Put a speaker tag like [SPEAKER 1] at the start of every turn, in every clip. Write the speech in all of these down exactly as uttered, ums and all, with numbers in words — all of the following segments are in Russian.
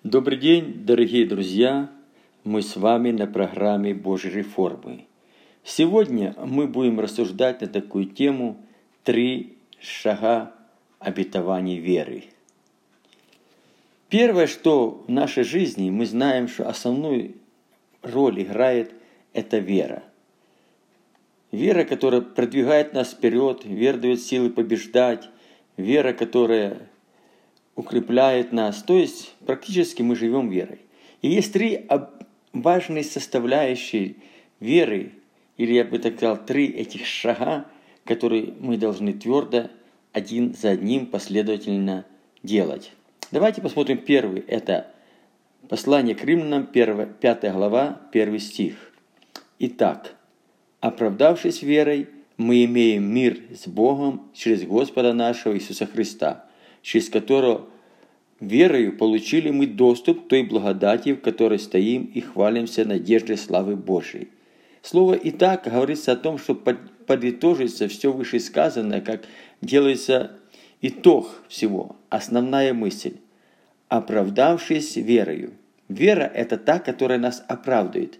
[SPEAKER 1] Добрый день, дорогие друзья! Мы с вами на программе Божьей реформы. Сегодня мы будем рассуждать на такую тему «Три шага обетований веры». Первое, что в нашей жизни мы знаем, что основную роль играет это вера. Вера, которая продвигает нас вперед, вера дает силы побеждать, вера, которая укрепляет нас. То есть практически мы живем верой. И есть три важные составляющие веры, или я бы так сказал, три этих шага, которые мы должны твердо один за одним последовательно делать. Давайте посмотрим первый. Это послание к Римлянам, пятая глава, первый стих. Итак, оправдавшись верой, мы имеем мир с Богом через Господа нашего Иисуса Христа, через которого верою получили мы доступ к той благодати, в которой стоим и хвалимся надеждой славы Божией. Слово «итак» говорится о том, что подытожится все вышесказанное, как делается итог всего, основная мысль. Оправдавшись верою. Вера – это та, которая нас оправдывает.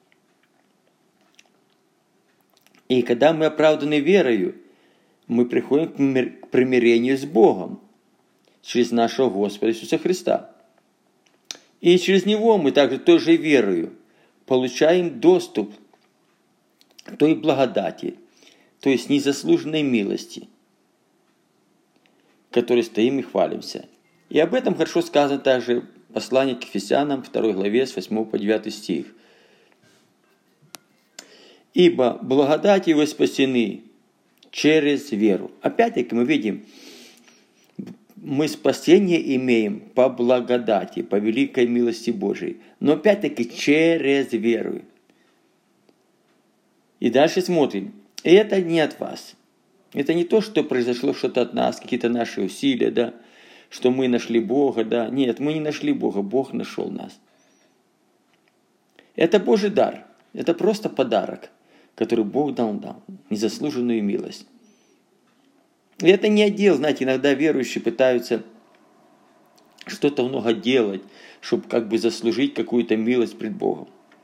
[SPEAKER 1] И когда мы оправданы верою, мы приходим к примирению с Богом через нашего Господа Иисуса Христа. И через Него мы также той же верою получаем доступ к той благодати, то есть незаслуженной милости, которой стоим и хвалимся. И об этом хорошо сказано также в послании к Ефесянам, второй главе, с восьмого по девятый стих. «Ибо благодатью вы спасены через веру». Опять-таки мы видим, мы спасение имеем по благодати, по великой милости Божией. Но опять-таки через веру. И дальше смотрим. И это не от вас. Это не то, что произошло что-то от нас, какие-то наши усилия, да, что мы нашли Бога, да. Нет, мы не нашли Бога, Бог нашел нас. Это Божий дар. Это просто подарок, который Бог дал нам, незаслуженную милость. И это не отдел, знаете, иногда верующие пытаются что-то много делать, чтобы как бы заслужить какую-то милость пред Богом.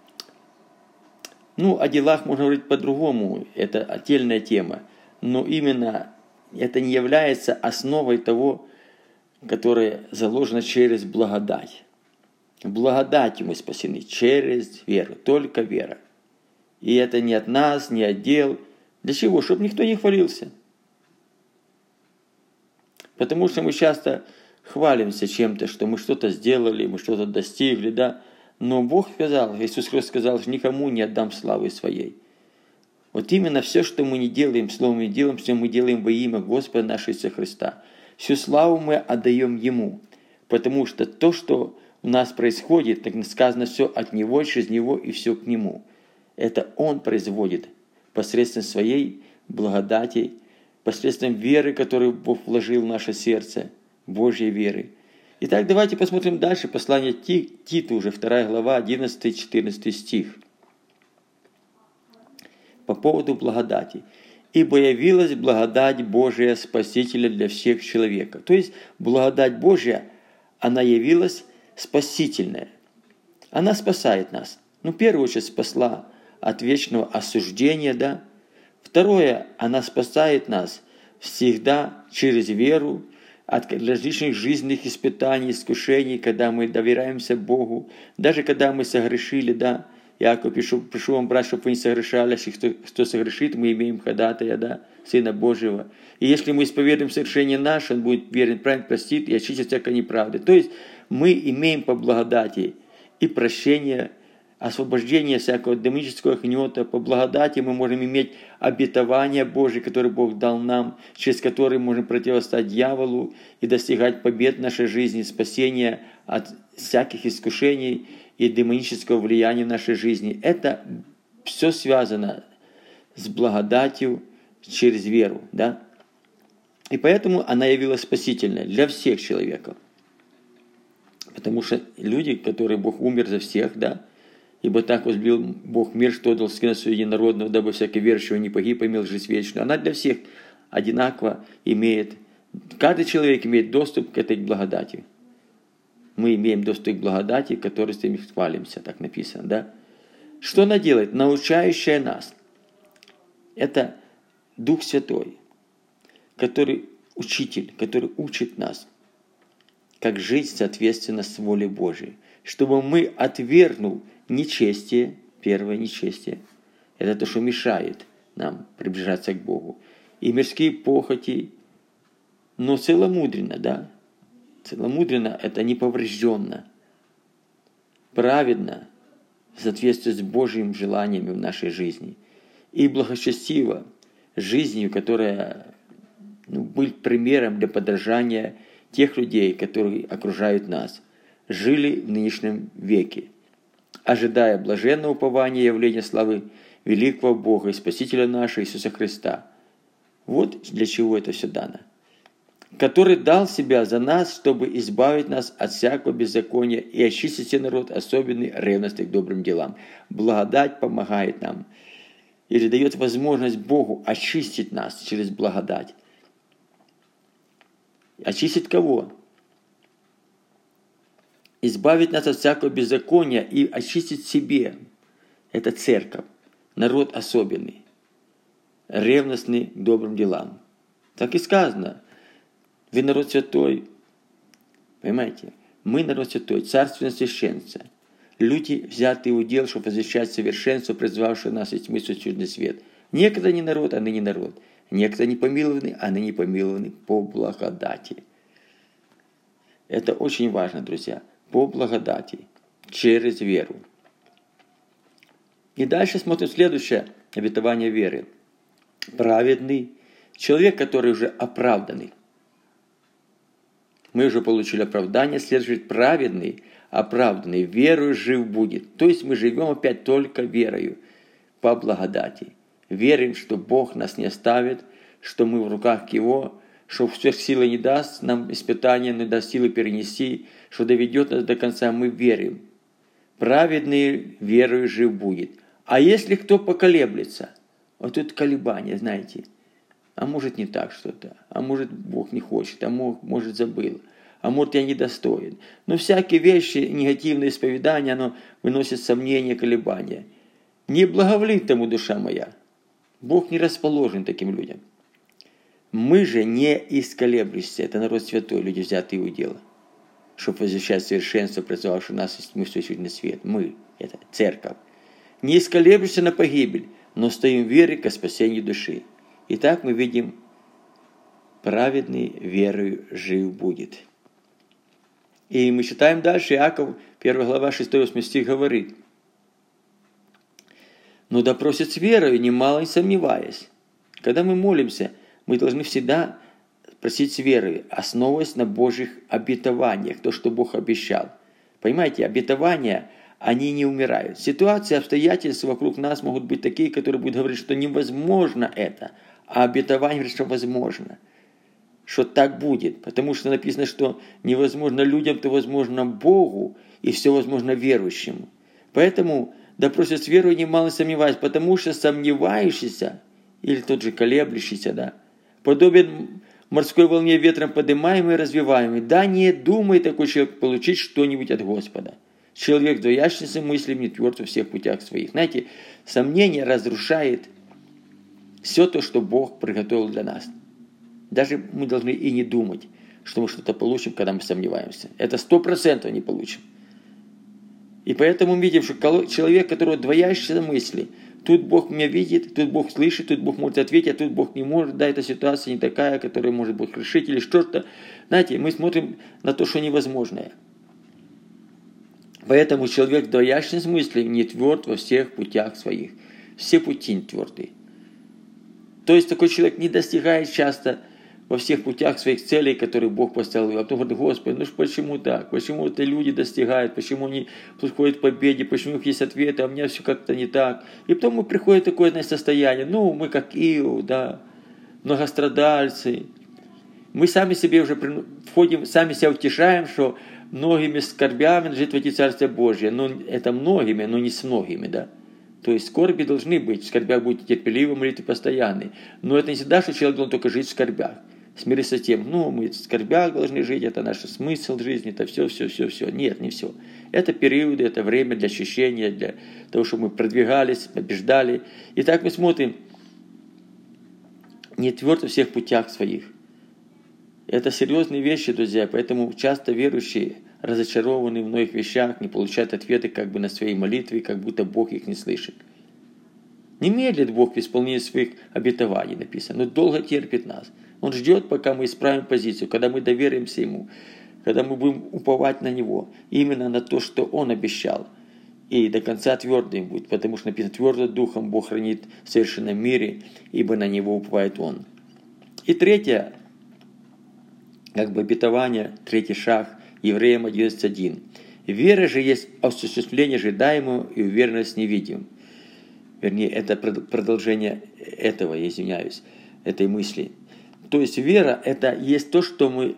[SPEAKER 1] Ну, о делах можно говорить по-другому, это отдельная тема, но именно это не является основой того, которое заложено через благодать. Благодатью мы спасены через веру, только вера. И это не от нас, не от дел. Для чего? Чтобы никто не хвалился. Потому что мы часто хвалимся чем-то, что мы что-то сделали, мы что-то достигли, да. Но Бог сказал, Иисус Христос сказал, что никому не отдам славы своей. Вот именно все, что мы не делаем, словом и делом, все мы делаем во имя Господа нашего Иисуса Христа. Всю славу мы отдаем Ему. Потому что то, что у нас происходит, так сказано, все от Него, через Него и все к Нему. Это Он производит посредством своей благодати, посредством веры, которую Бог вложил в наше сердце, Божьей веры. Итак, давайте посмотрим дальше послание Титу, уже вторая глава, одиннадцатый-четырнадцатый стих. По поводу благодати. «Ибо явилась благодать Божия Спасителя для всех человека». То есть, благодать Божья, она явилась спасительная. Она спасает нас. Ну, в первую очередь, спасла от вечного осуждения, да. Второе, она спасает нас всегда через веру от различных жизненных испытаний, искушений, когда мы доверяемся Богу, даже когда мы согрешили, да. Яков пишу, прошу вам, брат, чтобы вы не согрешали, если кто, кто согрешит, мы имеем ходатая, да, Сына Божьего. И если мы исповедуем согрешение наше, Он будет верен, праведен, простит и очистит всякой неправды. То есть мы имеем по благодати и прощение, освобождение всякого демонического гнета. По благодати мы можем иметь обетование Божие, которое Бог дал нам, через которое мы можем противостоять дьяволу и достигать побед в нашей жизни, спасения от всяких искушений и демонического влияния в нашей жизни. Это все связано с благодатью через веру, да? И поэтому она явилась спасительной для всех человеков. Потому что люди, которые Бог умер за всех, да, ибо так возлюбил Бог мир, что отдал Сына Своего Единородного, дабы всякий верующий не погиб, а имел жизнь вечную. Она для всех одинаково имеет, каждый человек имеет доступ к этой благодати. мы имеем доступ к благодати, которой с ними хвалимся, так написано, да? Что она делает? Научающая нас. Это Дух Святой, который учитель, который учит нас, как жить соответственно с волей Божией. Чтобы мы, отвергнув нечестие, первое нечестие, это то, что мешает нам приближаться к Богу, и мирские похоти, но целомудренно, да? Целомудренно – это неповрежденно, праведно, в соответствии с Божьими желаниями в нашей жизни, и благочестиво, жизнью, которая ну, будет примером для подражания тех людей, которые окружают нас, жили в нынешнем веке, ожидая блаженного упования и явления славы великого Бога и Спасителя нашего Иисуса Христа. Вот для чего это все дано. Который дал себя за нас, чтобы избавить нас от всякого беззакония и очистить все народ особенной ревности к добрым делам. Благодать помогает нам, или дает возможность Богу очистить нас через благодать. Очистить кого? Избавить нас от всякого беззакония и очистить себе. Это церковь, народ особенный, ревностный к добрым делам. Так и сказано. Вы народ святой. Понимаете? Мы народ святой, царственное священство. Люди, взятые в удел, чтобы возвещать совершенство, призвавшее нас из тьмы в чудный свет. Некогда не народ, а ныне народ. Некогда не помилованы, а ныне помилованы по благодати. Это очень важно, друзья. По благодати. Через веру. И дальше смотрим следующее обетование веры. Праведный. Человек, который уже оправданный. Мы уже получили оправдание, следует праведный, оправданный, верою жив будет. То есть мы живем опять только верою, по благодати. Верим, что Бог нас не оставит, что мы в руках Его, что сверхсилы не даст нам испытания, не даст силы перенести, что доведет нас до конца. Мы верим. Праведный верою жив будет. А если кто поколеблется, вот тут колебания, знаете, а может не так что-то, а может Бог не хочет, а может забыл, а может я недостоин. Но всякие вещи, негативное исповедание, оно выносит сомнения, колебания. Не благоволит тому душа моя. Бог не расположен таким людям. Мы же не исколеблющиеся, это народ святой, люди взятые у дела, чтобы возвещать совершенство, призвавшее нас из тьмы в священный свет. Мы, это церковь. Не исколеблющиеся на погибель, но стоим в вере ко спасению души. Итак, мы видим, праведный верою жив будет. И мы читаем дальше, Иаков, первая глава, шестой-восьмой стих говорит: «Но да просит с верою, немало не сомневаясь». Когда мы молимся, мы должны всегда просить с верой, основываясь на Божьих обетованиях, то, что Бог обещал. Понимаете, обетования, они не умирают. Ситуации, обстоятельства вокруг нас могут быть такие, которые будут говорить, что невозможно это, а обетование говорит, что возможно, что так будет. Потому что написано, что невозможно людям, то возможно Богу, и все возможно верующему. Поэтому да просят с верой, немало сомневаясь, потому что сомневающийся, или тот же колеблющийся, да, подобен морской волне ветром поднимаемой и развиваемой. Да не думай такой человек получить что-нибудь от Господа. Человек, двоящийся мыслями, не тверд во всех путях своих. Знаете, сомнение разрушает все то, что Бог приготовил для нас. Даже мы должны и не думать, что мы что-то получим, когда мы сомневаемся. Это сто процентов не получим. И поэтому мы видим, что человек, которого двоящиеся мысли, тут Бог меня видит, тут Бог слышит, тут Бог может ответить, а тут Бог не может. Да, эта ситуация не такая, которая может Бог решить или что-то. Знаете, мы смотрим на то, что невозможное. Поэтому человек, двоящийся мысли, не тверд во всех путях своих. Все пути не твердые. То есть такой человек не достигает часто во всех путях своих целей, которые Бог поставил. А потом говорит: Господи, ну ж почему так? Почему это люди достигают? Почему они приходят к победе? Почему у них есть ответы, а у меня все как-то не так? И потом мы приходит такое состояние. Ну, мы как Иов, да, многострадальцы. Мы сами себе уже входим, сами себя утешаем, что многими скорбями лежит войти в Царствие Божие. Но это многими, но не с многими, да. То есть скорби должны быть, в скорбях будьте терпеливы, молитвы постоянные. Но это не всегда, что человек должен только жить в скорбях. смириться с тем, ну, мы в скорбях должны жить, это наш смысл жизни, это все, все, все, все. Нет, не все. Это периоды, это время для очищения, для того, чтобы мы продвигались, побеждали. И так мы смотрим, не твердо в всех путях своих. Это серьезные вещи, друзья, поэтому часто верующие разочарованы в многих вещах, не получают ответы как бы на свои молитвы, как будто Бог их не слышит. Не медлит Бог в исполнении своих обетований, написано, но долго терпит нас. Он ждет, пока мы исправим позицию, когда мы доверимся Ему, когда мы будем уповать на Него, именно на то, что Он обещал. И до конца твердым будет, потому что написано, твердо духом Бог хранит в совершенном мире, ибо на Него уповает Он. И третье, как бы обетование, третий шаг, Евреям одиннадцать один. Вера же есть осуществление ожидаемого и уверенность невидимым. Вернее, это продолжение этого, я извиняюсь, этой мысли. То есть вера – это есть то, что мы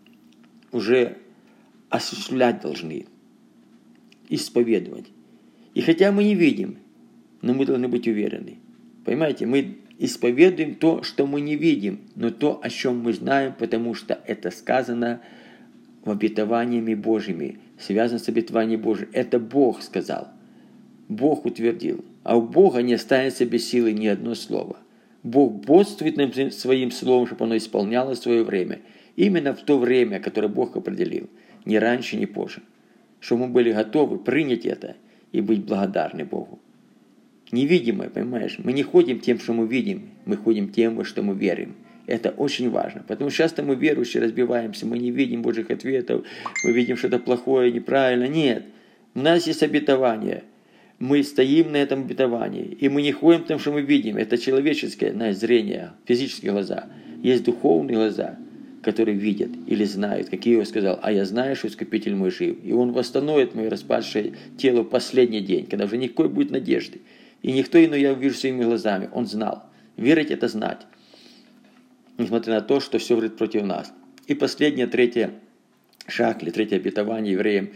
[SPEAKER 1] уже осуществлять должны, исповедовать. И хотя мы не видим, но мы должны быть уверены. Понимаете, мы исповедуем то, что мы не видим, но то, о чем мы знаем, потому что это сказано в обетованиями Божьими, связано с обетованием Божьим. Это Бог сказал, Бог утвердил. А у Бога не останется без силы ни одно слово. Бог бодствует нам своим словом, чтобы оно исполняло свое время. Именно в то время, которое Бог определил. Ни раньше, ни позже. Чтобы мы были готовы принять это и быть благодарны Богу. Невидимое, понимаешь? Мы не ходим тем, что мы видим. Мы ходим тем, во что мы верим. Это очень важно. Потому что часто мы верующие разбиваемся. Мы не видим Божьих ответов. Мы видим что-то плохое, неправильно. Нет. У нас есть обетование. Мы стоим на этом обетовании, и мы не ходим там, что мы видим. Это человеческое, знаешь, зрение, физические глаза. Есть духовные глаза, которые видят или знают, как Иов сказал, а я знаю, что Искупитель мой жив. И Он восстановит мое распадшее тело в последний день, когда уже никакой будет надежды. И никто иной я увижу своими глазами. Он знал. Верить – это знать. Несмотря на то, что все говорит против нас. И последнее, третье шаг, или третье обетование евреям,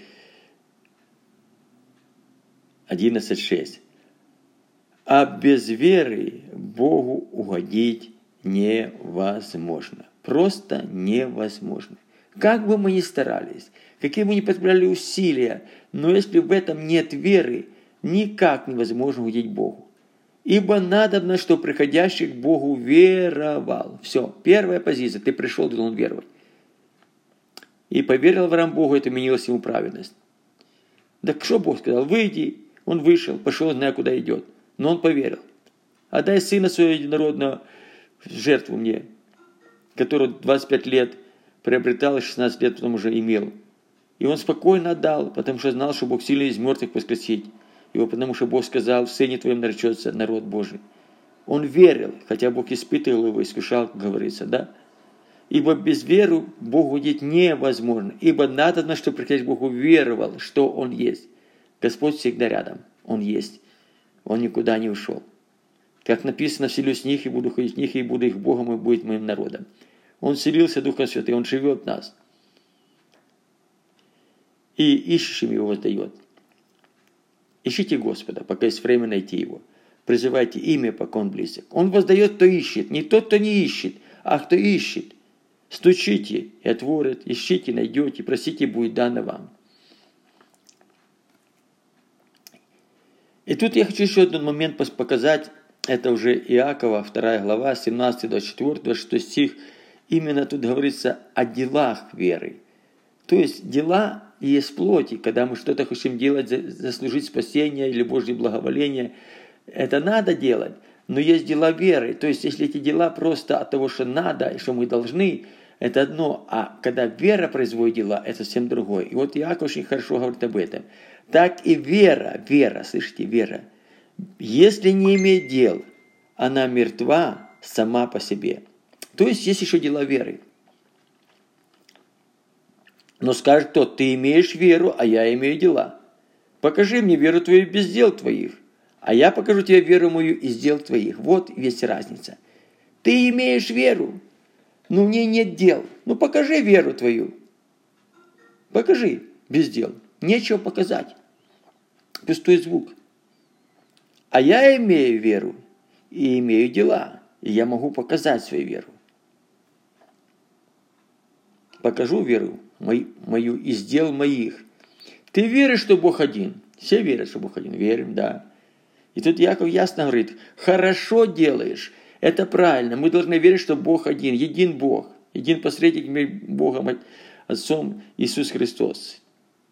[SPEAKER 1] одиннадцать шесть. А без веры Богу угодить невозможно. Просто невозможно. Как бы мы ни старались, какие бы мы ни предприняли усилия, но если в этом нет веры, никак невозможно угодить Богу. Ибо надобно, что приходящий к Богу веровал. Все, первая позиция. Ты пришел, должен веровать. И поверил Авраам Богу, это менялось ему праведность. Так что Бог сказал? Выйди. Он вышел, пошел, зная, куда идет. Но он поверил. Отдай сына своего единородного в жертву мне, который двадцать пять лет приобретал, и шестнадцать лет потом уже имел. И он спокойно отдал, потому что знал, что Бог сильно из мертвых воскресить его, потому что Бог сказал, в сыне твоем наречется народ Божий. Он верил, хотя Бог испытывал его, искушал, как говорится, да? Ибо без веры Богу угодить невозможно. Ибо надо, чтобы приходить к Богу веровал, что Он есть. Господь всегда рядом. Он есть. Он никуда не ушел. Как написано, вселюсь в них и буду ходить в них, и буду их Богом, и будет моим народом. Он вселился Духом Святым, Он живет в нас. И ищущим Его воздает. Ищите Господа, пока есть время найти Его. Призывайте имя, пока Он близок. Он воздает, кто ищет. Не тот, кто не ищет, а кто ищет. Стучите и отворят, ищите, найдете, просите, будет дано вам. И тут я хочу еще один момент показать. Это уже Иакова, вторая глава, семнадцатый, двадцать четвёртый, двадцать шестой стих. Именно тут говорится о делах веры. То есть дела есть плоти, когда мы что-то хотим делать, заслужить спасение или Божье благоволение. Это надо делать, но есть дела веры. То есть если эти дела просто от того, что надо и что мы должны, это одно. А когда вера производит дела, это совсем другое. И вот Иаков очень хорошо говорит об этом. Так и вера, вера, слышите, вера, если не имеет дел, она мертва сама по себе. То есть есть еще дела веры. Но скажет кто, ты имеешь веру, а я имею дела. Покажи мне веру твою без дел твоих, а я покажу тебе веру мою из дел твоих. Вот есть разница. Ты имеешь веру, но в ней нет дел. Ну покажи веру твою. Покажи без дел. Нечего показать. Пустой звук. А я имею веру и имею дела. И я могу показать свою веру. покажу веру мою, мою из дел моих. Ты веришь, что Бог один? Все верят, что Бог один. Верим, да. И тут Яков ясно говорит, хорошо делаешь, это правильно. Мы должны верить, что Бог один, един Бог, един посредник между Богом, Отцом Иисус Христос.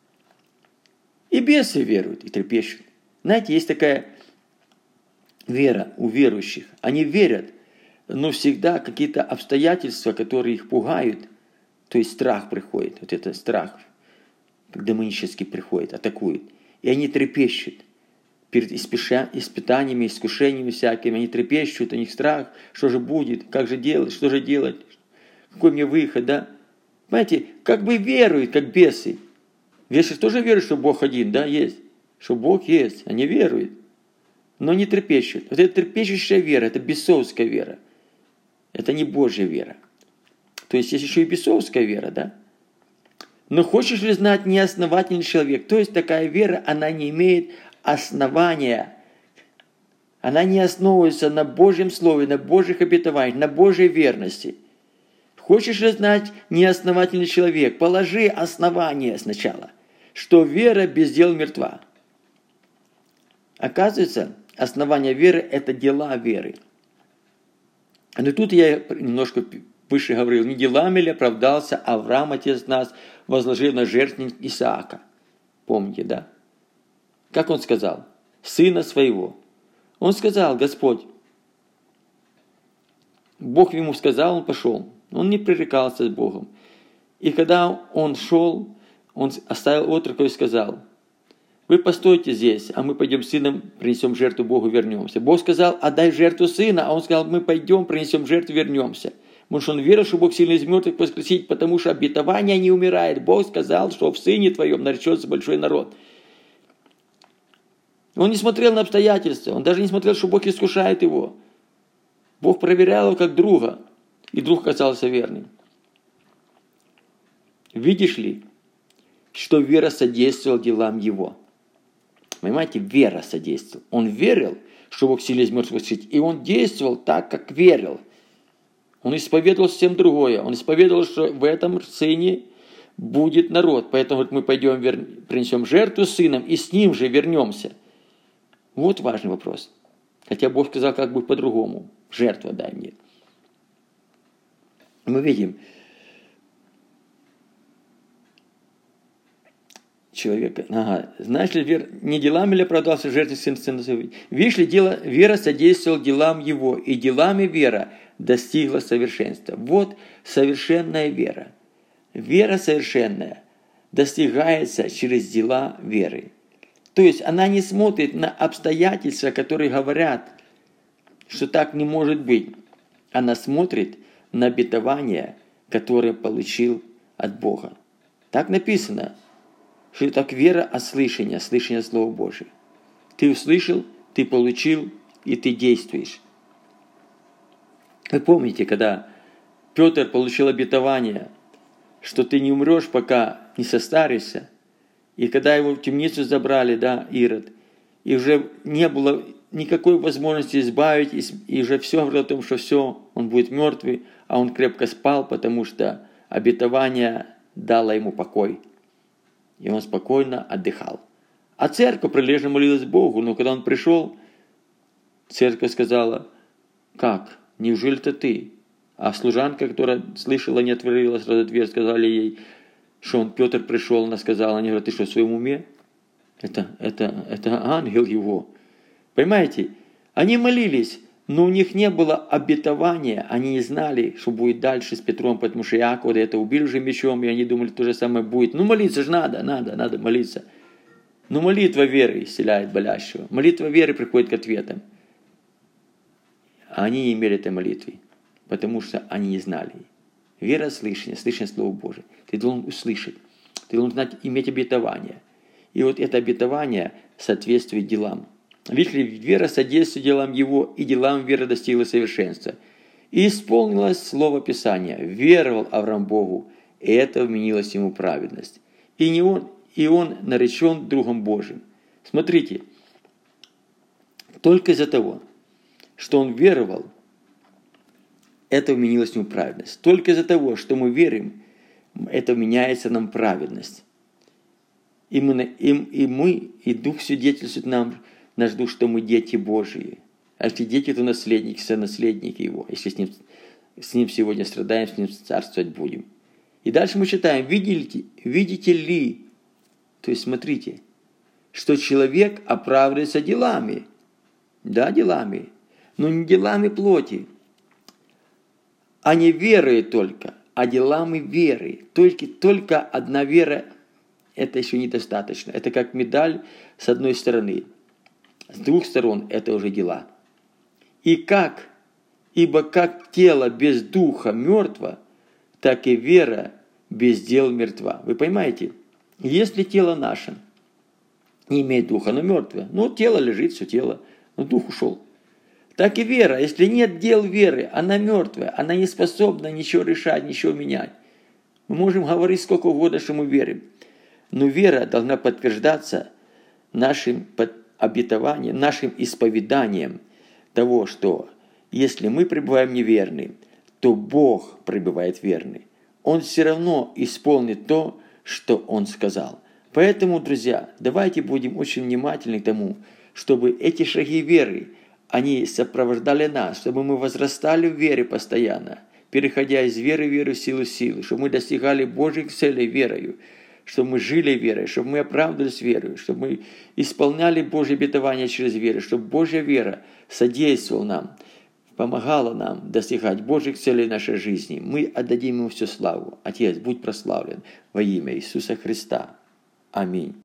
[SPEAKER 1] И бесы веруют и трепещут. Знаете, есть такая вера у верующих. Они верят, но всегда какие-то обстоятельства, которые их пугают, то есть страх приходит, вот это страх, демонический приходит, атакует. И они трепещут перед испытаниями, искушениями всякими. Они трепещут, у них страх, что же будет, как же делать, что же делать, какой мне выход, да? Понимаете, как бы веруют, как бесы. Бесы тоже веруют, что Бог один, да, есть. Что Бог есть, они веруют, но не трепещут. Вот эта трепещущая вера, это бесовская вера. Это не Божья вера. То есть есть еще и бесовская вера, да? Но хочешь ли знать неосновательный человек? То есть такая вера, она не имеет основания. Она не основывается на Божьем Слове, на Божьих обетованиях, на Божьей верности. Хочешь ли знать неосновательный человек? Положи основание сначала, что вера без дел мертва. Оказывается, основание веры – это дела веры. Но тут я немножко выше говорил, не делами ли оправдался Авраам, отец нас, возложил на жертвенник Исаака. Помните, да? Как он сказал? Сына своего. Он сказал, Господь, Бог ему сказал, он пошел. Он не пререкался с Богом. И когда он шел, он оставил отрока и сказал, вы постойте здесь, а мы пойдем с сыном, принесем жертву Богу, вернемся. Бог сказал, отдай жертву сына, а он сказал, мы пойдем, принесем жертву, вернемся. Потому что он верил, что Бог сильно из мертвых воскресит, потому что обетование не умирает. Бог сказал, что в сыне твоем наречется большой народ. Он не смотрел на обстоятельства, он даже не смотрел, что Бог искушает его. Бог проверял его как друга, и друг оказался верным. Видишь ли, что вера содействовала делам его? Понимаете, вера содействовала. Он верил, что Бог сильно из мертвых воскресит, и он действовал так, как верил. Он исповедовал всем другое. Он исповедовал, что в этом сыне будет народ. Поэтому вот мы пойдем, вер... принесем жертву сыном, и с ним же вернемся. Вот важный вопрос. Хотя Бог сказал как бы по-другому. Жертва дай мне. Мы видим человека. Ага. Знаешь ли, вер... не делами ли оправдался жертвой сын сына своего? Видишь ли, дело... вера содействовала делам его, и делами вера достигла совершенства. Вот совершенная вера. Вера совершенная достигается через дела веры. То есть она не смотрит на обстоятельства, которые говорят, что так не может быть. Она смотрит на обетование, которое получил от Бога. Так написано, что так вера от слышания, слышания Слова Божия. Ты услышал, ты получил, и ты действуешь. Вы помните, когда Петр получил обетование, что ты не умрешь, пока не состаришься, и когда его в темницу забрали, да, Ирод, и уже не было никакой возможности избавить, и уже все говорило о том, что все, он будет мертвый, а он крепко спал, потому что обетование дало ему покой. И он спокойно отдыхал. А церковь прилежно молилась Богу, но когда он пришел, церковь сказала, как, неужели это ты? А служанка, которая слышала, не отворила сразу дверь, сказали ей, что он, Петр пришел, она сказала, они говорят, ты что, в своем уме? Это, это, это ангел его. Понимаете? Они молились, но у них не было обетования, они не знали, что будет дальше с Петром, потому что Иакова до этого убили уже мечом, и они думали, то же самое будет. Ну, молиться же надо, надо, надо молиться. Но молитва веры исцеляет болящего. Молитва веры приходит к ответам. А они не имели этой молитвы, потому что они не знали. Вера слышания, слышание Слова Божия. Ты должен услышать, ты должен знать, иметь обетование. И вот это обетование соответствует делам. Видишь ли, вера содействует делам его, и делам вера достигла совершенства. И исполнилось слово Писания. Веровал Авраам Богу, и это вменилось ему праведность. И, не он, и он наречен другом Божьим. Смотрите, только из-за того, что он веровал, это вменилось ему праведность. Только из-за того, что мы верим, это меняется нам праведность. И мы, и, и мы, и Дух свидетельствует нам, наш Дух, что мы дети Божии. А если дети, то наследники, сонаследники Его. Если с Ним, с ним сегодня страдаем, с Ним царствовать будем. И дальше мы читаем, видите, видите ли, то есть смотрите, что человек оправдывается делами. Да, делами. Но не делами плоти, а не верой только, а делами веры. Только, только одна вера, это еще недостаточно. Это как медаль с одной стороны. С двух сторон это уже дела. И как, ибо как тело без духа мертво, так и вера без дел мертва. Вы понимаете? Если тело наше не имеет духа, оно мертвое. Ну, тело лежит, все тело, но дух ушел. Так и вера, если нет дел веры, она мертвая, она не способна ничего решать, ничего менять. Мы можем говорить сколько угодно, что мы верим. Но вера должна подтверждаться нашим обетованием, нашим исповеданием того, что если мы пребываем неверны, то Бог пребывает верный. Он все равно исполнит то, что Он сказал. Поэтому, друзья, давайте будем очень внимательны к тому, чтобы эти шаги веры, они сопровождали нас, чтобы мы возрастали в вере постоянно, переходя из веры в веру, в силу в силу, чтобы мы достигали Божьих целей верою, чтобы мы жили верой, чтобы мы оправдывались верою, чтобы мы исполняли Божьи обетования через веру, чтобы Божья вера содействовала нам, помогала нам достигать Божьих целей в нашей жизни. Мы отдадим Ему всю славу. Отец, будь прославлен во имя Иисуса Христа. Аминь.